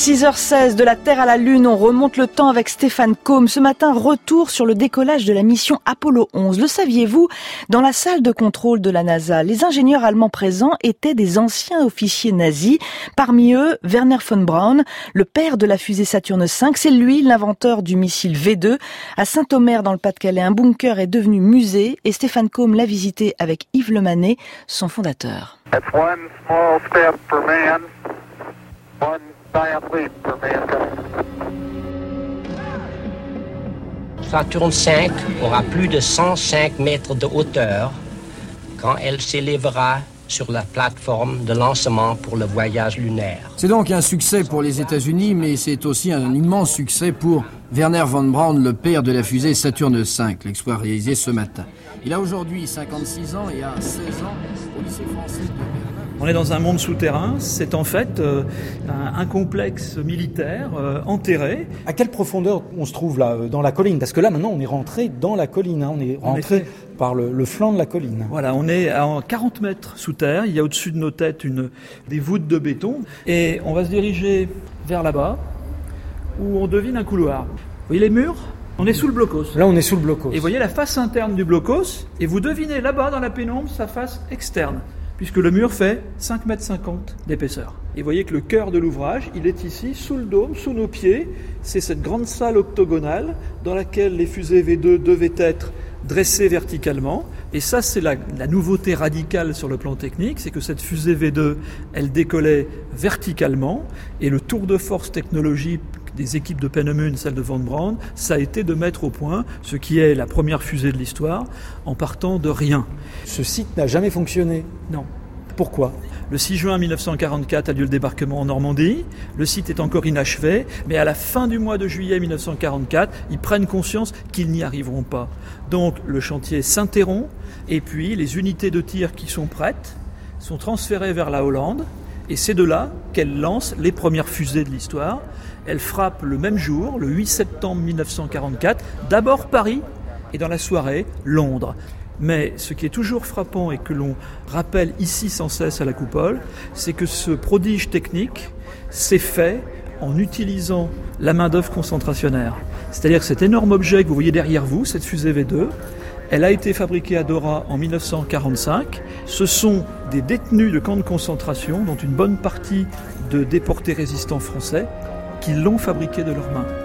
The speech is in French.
6h16, de la Terre à la Lune, on remonte le temps avec Stéphane Côme. Ce matin, retour sur le décollage de la mission Apollo 11. Le saviez-vous? Dans la salle de contrôle de la NASA, les ingénieurs allemands présents étaient des anciens officiers nazis. Parmi eux, Wernher von Braun, le père de la fusée Saturne V. C'est lui, l'inventeur du missile V2. À Saint-Omer, dans le Pas-de-Calais, un bunker est devenu musée et Stéphane Côme l'a visité avec Yves Lemanet, son fondateur. That's one small step for man, one giant leap for mankind. Saturne V aura plus de 105 mètres de hauteur quand elle s'élèvera sur la plateforme de lancement pour le voyage lunaire. C'est donc un succès pour les États-Unis, mais c'est aussi un immense succès pour Wernher von Braun, le père de la fusée Saturne V, l'exploit réalisé ce matin. Il a aujourd'hui 56 ans et a 16 ans au lycée français de Berlin. On est dans un monde souterrain, c'est en fait un complexe militaire enterré. À quelle profondeur on se trouve là, dans la colline? Parce que là, maintenant, on est rentré dans la colline, on est rentré par le flanc de la colline. Voilà, on est à 40 mètres sous terre, il y a au-dessus de nos têtes des voûtes de béton, et on va se diriger vers là-bas, où on devine un couloir. Vous voyez les murs? On est sous le blocos. Là, on est sous le blocos. Et vous voyez la face interne du blocos, et vous devinez là-bas, dans la pénombre, sa face externe, puisque le mur fait 5,50 mètres d'épaisseur. Et vous voyez que le cœur de l'ouvrage, il est ici, sous le dôme, sous nos pieds. C'est cette grande salle octogonale dans laquelle les fusées V2 devaient être dressées verticalement. Et ça, c'est la nouveauté radicale sur le plan technique, c'est que cette fusée V2, elle décollait verticalement, et le tour de force technologique des équipes de Pennemun, celle de von Braun, ça a été de mettre au point ce qui est la première fusée de l'histoire en partant de rien. Ce site n'a jamais fonctionné? Non. Pourquoi? Le 6 juin 1944 a lieu le débarquement en Normandie. Le site est encore inachevé, mais à la fin du mois de juillet 1944, ils prennent conscience qu'ils n'y arriveront pas. Donc le chantier s'interrompt, et puis les unités de tir qui sont prêtes sont transférées vers la Hollande, et c'est de là qu'elle lance les premières fusées de l'histoire. Elle frappe le même jour, le 8 septembre 1944, d'abord Paris, et dans la soirée, Londres. Mais ce qui est toujours frappant et que l'on rappelle ici sans cesse à la coupole, c'est que ce prodige technique s'est fait en utilisant la main-d'œuvre concentrationnaire. C'est-à-dire que cet énorme objet que vous voyez derrière vous, cette fusée V2, elle a été fabriquée à Dora en 1945. Ce sont des détenus de camps de concentration, dont une bonne partie de déportés résistants français, qui l'ont fabriquée de leurs mains.